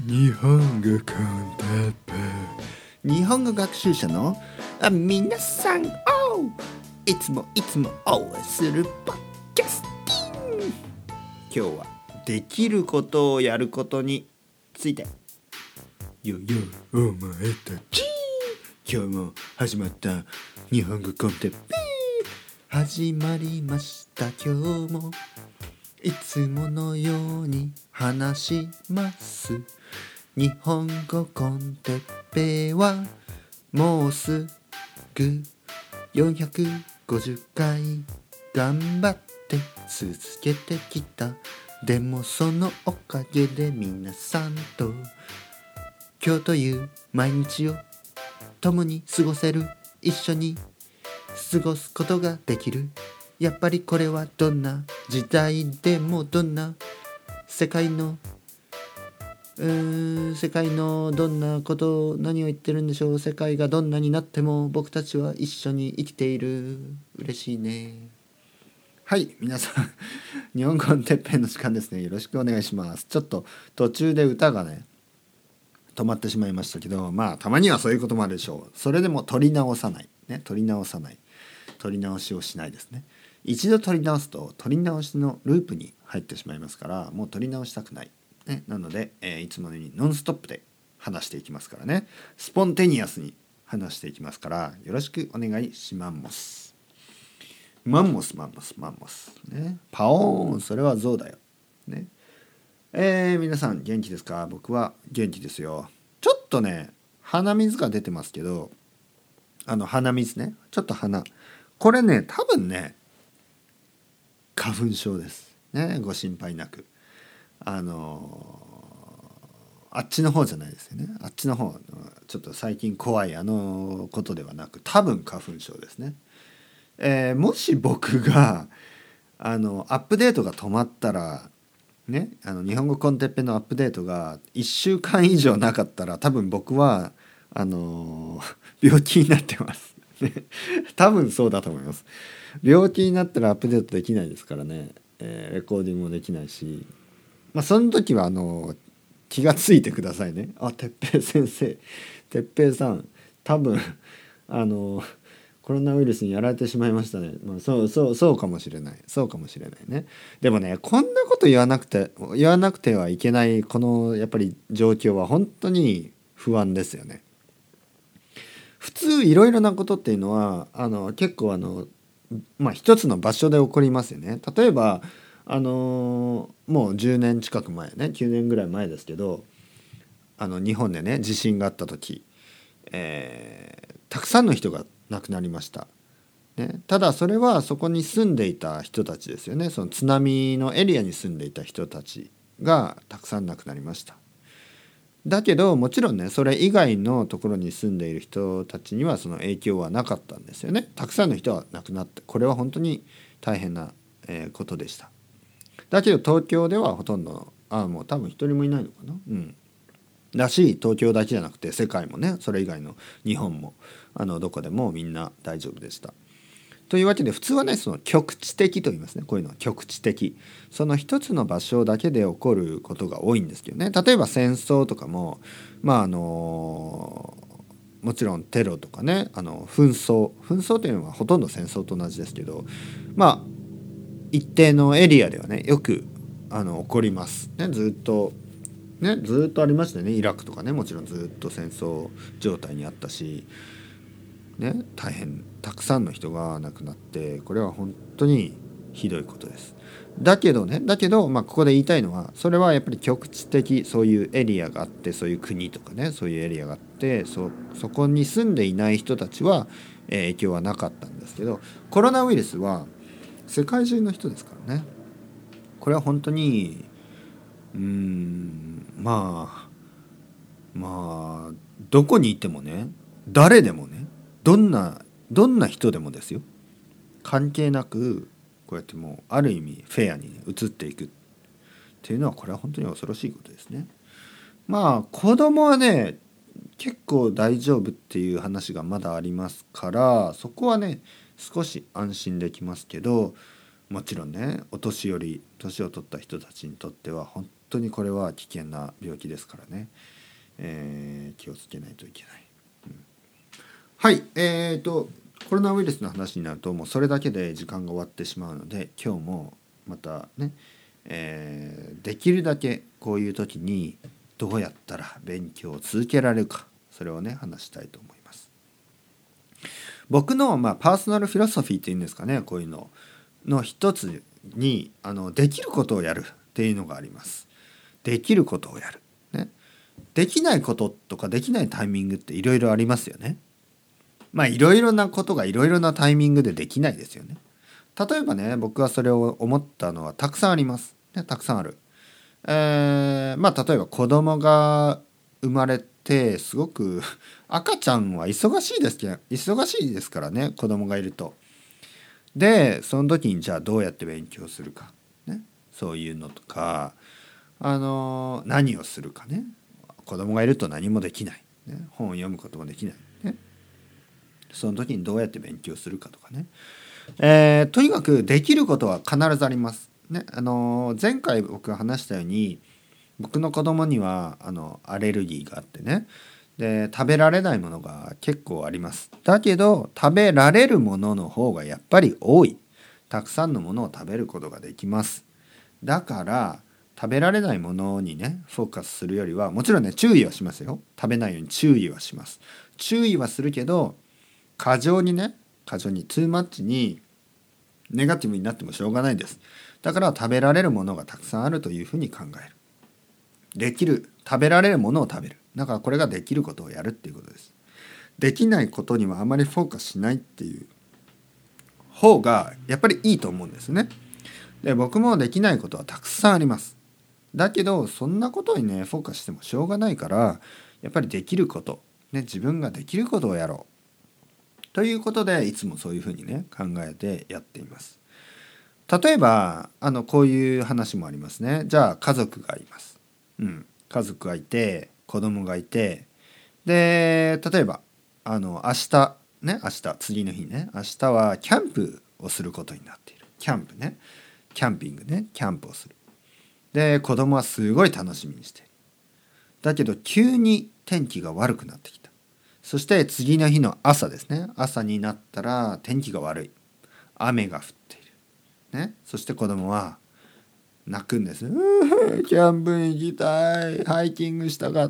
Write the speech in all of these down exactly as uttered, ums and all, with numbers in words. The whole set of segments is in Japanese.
日本語コンテッペイ、日本語学習者の皆さんをいつもいつも応援するポッキャスティング。今日はできることをやることについて。よよお前たち、今日も始まった日本語コンテッペイ始まりました。今日もいつものように話します。日本語コンテッペイはもうすぐよんひゃくごじゅっかい頑張って続けてきた。でもそのおかげで皆さんと今日という毎日を共に過ごせる、一緒に過ごすことができる。やっぱりこれはどんな時代でも、どんな世界のうーん世界のどんなことを何を言ってるんでしょう。世界がどんなになっても僕たちは一緒に生きている。嬉しいね。はい、皆さん日本語のてっぺんの時間ですね。よろしくお願いします。ちょっと途中で歌がね止まってしまいましたけど、まあたまにはそういうこともあるでしょう。それでも取り直さないね、取り直さない取り直しをしないですね。一度取り直すと取り直しのループに入ってしまいますから、もう取り直したくない、ね、なので、えー、いつものようにノンストップで話していきますからね。スポンテニアスに話していきますから、よろしくお願いします。マンモスマンモスマンモス、ね、パオーン、それはゾウだよ、ね。えー、皆さん元気ですか？僕は元気ですよ。ちょっとね鼻水が出てますけど、あの鼻水ね、ちょっと鼻、これね多分ね花粉症ですね。ご心配なく。あのー、あっちの方じゃないですよね。あっちの方ちょっと最近怖いあのことではなく、多分花粉症ですね。えー、もし僕があのアップデートが止まったらね、あの日本語コンテッペのアップデートがいっしゅうかん以上なかったら、多分僕はあのー、病気になってます多分そうだと思います。病気になったらアップデートできないですからね、えー、レコーディングもできないし、まあその時はあの気がついてくださいね。あ、てっぺい先生、てっぺいさん、多分あのコロナウイルスにやられてしまいましたね。まあ、そうそうそうかもしれない、そうかもしれないね。でもね、こんなこと言わなくて言わなくてはいけないこのやっぱり状況は本当に不安ですよね。普通いろいろなことっていうのはあの結構あのまあ一つの場所で起こりますよね。例えばあのもうじゅうねん近く前ね、きゅうねんぐらい前ですけど、あの日本でね地震があった時、えー、たくさんの人が亡くなりました、ね。ただそれはそこに住んでいた人たちですよね。その津波のエリアに住んでいた人たちがたくさん亡くなりました。だけどもちろんね、それ以外のところに住んでいる人たちにはその影響はなかったんですよね。たくさんの人は亡くなって、これは本当に大変な、えー、ことでした。だけど東京ではほとんど、あもう多分一人もいないのかな、うんだし、東京だけじゃなくて世界もね、それ以外の日本もあのどこでもみんな大丈夫でした。というわけで、普通はねその局地的と言いますね。こういうのは局地的、その一つの場所だけで起こることが多いんですけどね。例えば戦争とかも、まああのもちろんテロとかね、あの紛争紛争というのはほとんど戦争と同じですけど、まあ一定のエリアではねよくあの起こりますね。ずっとねずっとありましたね。イラクとかね、もちろんずっと戦争状態にあったしね、大変たくさんの人が亡くなって、これは本当にひどいことです。だけどねだけど、まあ、ここで言いたいのは、それはやっぱり局地的、そういうエリアがあって、そういう国とかね、そういうエリアがあって、 そ, そこに住んでいない人たちは、えー、影響はなかったんですけど、コロナウイルスは世界中の人ですからね。これは本当にうーんまあまあどこにいてもね、誰でもね、どんなどんな人でもですよ、関係なくこうやってもうある意味フェアに、ね、移っていくっていうのは、これは本当に恐ろしいことですね。まあ子供はね結構大丈夫っていう話がまだありますから、そこはね少し安心できますけど、もちろんねお年寄り、年を取った人たちにとっては本当にこれは危険な病気ですからね、えー、気をつけないといけない、うん、はいえーとコロナウイルスの話になるともうそれだけで時間が終わってしまうので、今日もまたね、えー、できるだけこういう時にどうやったら勉強を続けられるか、それをね話したいと思います。僕の、まあ、パーソナルフィロソフィーっていうんですかね、こういうのの一つにあのできることをやるっていうのがあります。できることをやる、ね、できないこととかできないタイミングっていろいろありますよね。まあいろいろなことがいろいろなタイミングでできないですよね。例えばね、僕はそれを思ったのはたくさんあります、ね、たくさんある。えー、まあ例えば子供が生まれてすごく赤ちゃんは忙しいですけど忙しいですからね、子供がいると。でその時にじゃあどうやって勉強するか、ね、そういうのとか、あのー、何をするかね。子供がいると何もできない、ね、本を読むこともできない、ね、その時にどうやって勉強するかとかね、えー、とにかくできることは必ずあります、ね。あのー、前回僕が話したように僕の子供にはあのアレルギーがあってね、で食べられないものが結構あります。だけど食べられるものの方がやっぱり多い。たくさんのものを食べることができます。だから食べられないものにねフォーカスするよりは、もちろんね注意はしますよ。食べないように注意はします。注意はするけど過剰にね過剰にトゥーマッチにネガティブになってもしょうがないです。だから食べられるものがたくさんあるというふうに考える。できる食べられるものを食べる。だからこれができることをやるっていうことです。できないことにはあまりフォーカスしないっていう方がやっぱりいいと思うんですね。で僕もできないことはたくさんあります。だけどそんなことにねフォーカスしてもしょうがないから、やっぱりできること、ね、自分ができることをやろうということでいつもそういうふうにね考えてやっています。例えばあのこういう話もありますね。じゃあ家族がいます、うん、家族がいて子供がいて、で例えばあの明日ね明日次の日ね明日はキャンプをすることになっている。キャンプねキャンピングねキャンプをする。で子供はすごい楽しみにしている。だけど急に天気が悪くなってきた。そして次の日の朝ですね、朝になったら天気が悪い、雨が降っている、ね、そして子供は泣くんです。うーキャンプに行きたい、ハイキングしたかった、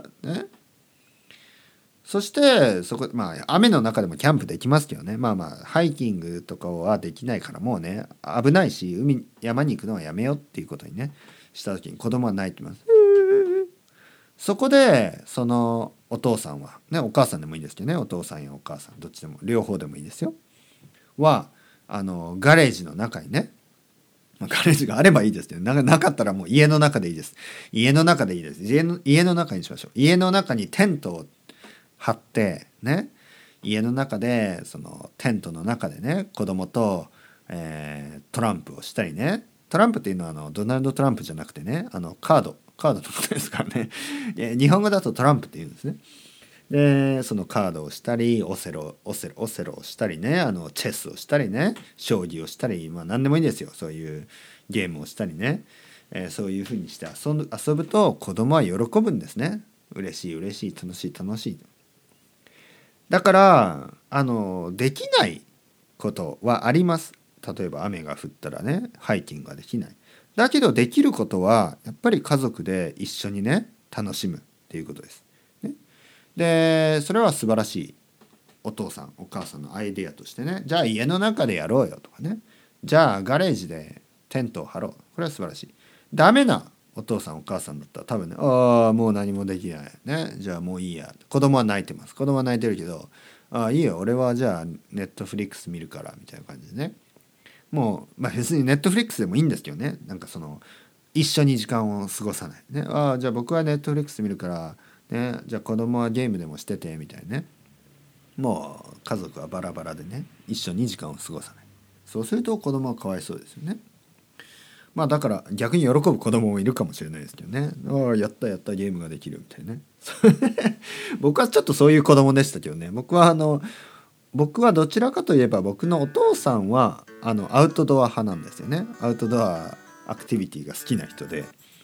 ね、そしてそこ、まあ雨の中でもキャンプできますけどね、まあまあハイキングとかはできないからもうね危ないし海山に行くのはやめようっていうことにねした時に子供は泣いてます。そこでそのお父さんはね、お母さんでもいいですけどね、お父さんやお母さんどっちでも両方でもいいですよはあのガレージの中にね、まあ、ガレージがあればいいですけど な, なかったらもう家の中でいいです。家の中でいいです家の家の中にしましょう。家の中にテントを張ってね、家の中でそのテントの中でね子供と、えー、トランプをしたりね。トランプっていうのはあのドナルド・トランプじゃなくてね、あのカードカードのことですからね日本語だとトランプって言うんですね。でそのカードをしたりオセロオセロオセロをしたりね、あのチェスをしたりね、将棋をしたり、まあ何でもいいんですよ。そういうゲームをしたりね、えー、そういうふうにして遊ぶ、遊ぶと子供は喜ぶんですね。嬉しい嬉しい楽しい楽しい。だからあのできないことはあります。例えば雨が降ったらねハイキングができない。だけどできることはやっぱり家族で一緒にね楽しむっていうことです、ね、でそれは素晴らしいお父さんお母さんのアイデアとしてね、じゃあ家の中でやろうよとかね、じゃあガレージでテントを張ろう、これは素晴らしい。ダメなお父さんお母さんだったら多分ね、ああもう何もできないね、じゃあもういいや。子供は泣いてます。子供は泣いてるけど、ああいいよ俺はじゃあネットフリックス見るからみたいな感じでね、もう、まあ、別にネットフリックスでもいいんですけどね、なんかその一緒に時間を過ごさない、ね、ああじゃあ僕はネットフリックス見るから、ね、じゃあ子供はゲームでもしててみたいなね。もう家族はバラバラでね一緒に時間を過ごさない。そうすると子供はかわいそうですよね。まあだから逆に喜ぶ子供もいるかもしれないですけどね、ああやったやったゲームができるみたいなね僕はちょっとそういう子供でしたけどね。僕はあの僕はどちらかといえば僕のお父さんはあのアウトドア派なんですよね。アウトドアアクティビティが好きな人で、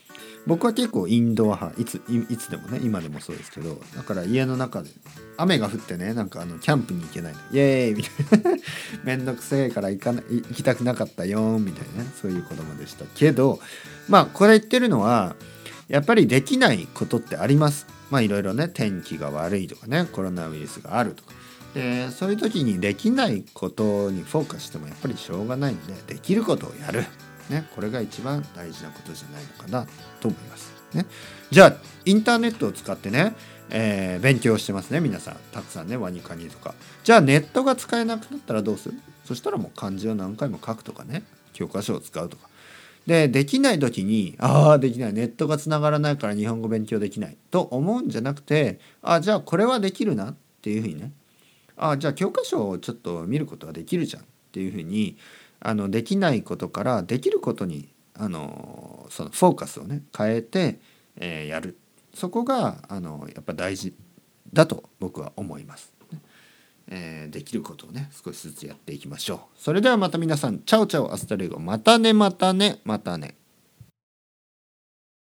僕は結構インドア派いつい、いつでもね、今でもそうですけど、だから家の中で雨が降ってね、なんかあのキャンプに行けないのイエーイみたいなめんどくせえから行かな行きたくなかったよみたいなね、そういう子供でしたけど、まあこれ言ってるのはやっぱりできないことってあります。まあいろいろね、天気が悪いとかね、コロナウイルスがあるとかで、そういう時にできないことにフォーカスしてもやっぱりしょうがないので、できることをやるね、これが一番大事なことじゃないのかなと思います、ね、じゃあインターネットを使ってね、えー、勉強してますね皆さん、たくさんね、ワニカニとか。じゃあネットが使えなくなったらどうする？そしたらもう漢字を何回も書くとかね、教科書を使うとかで、できない時にああできない、ネットがつながらないから日本語勉強できないと思うんじゃなくて、あじゃあこれはできるなっていうふうにね、あじゃあ教科書をちょっと見ることはできるじゃんっていうふうに、あのできないことからできることにあのそのフォーカスをね変えて、えー、やる、そこがあのやっぱ大事だと僕は思います、えー、できることをね少しずつやっていきましょう。それではまた皆さん、チャオチャオアスタレゴ、またねまたねまたね。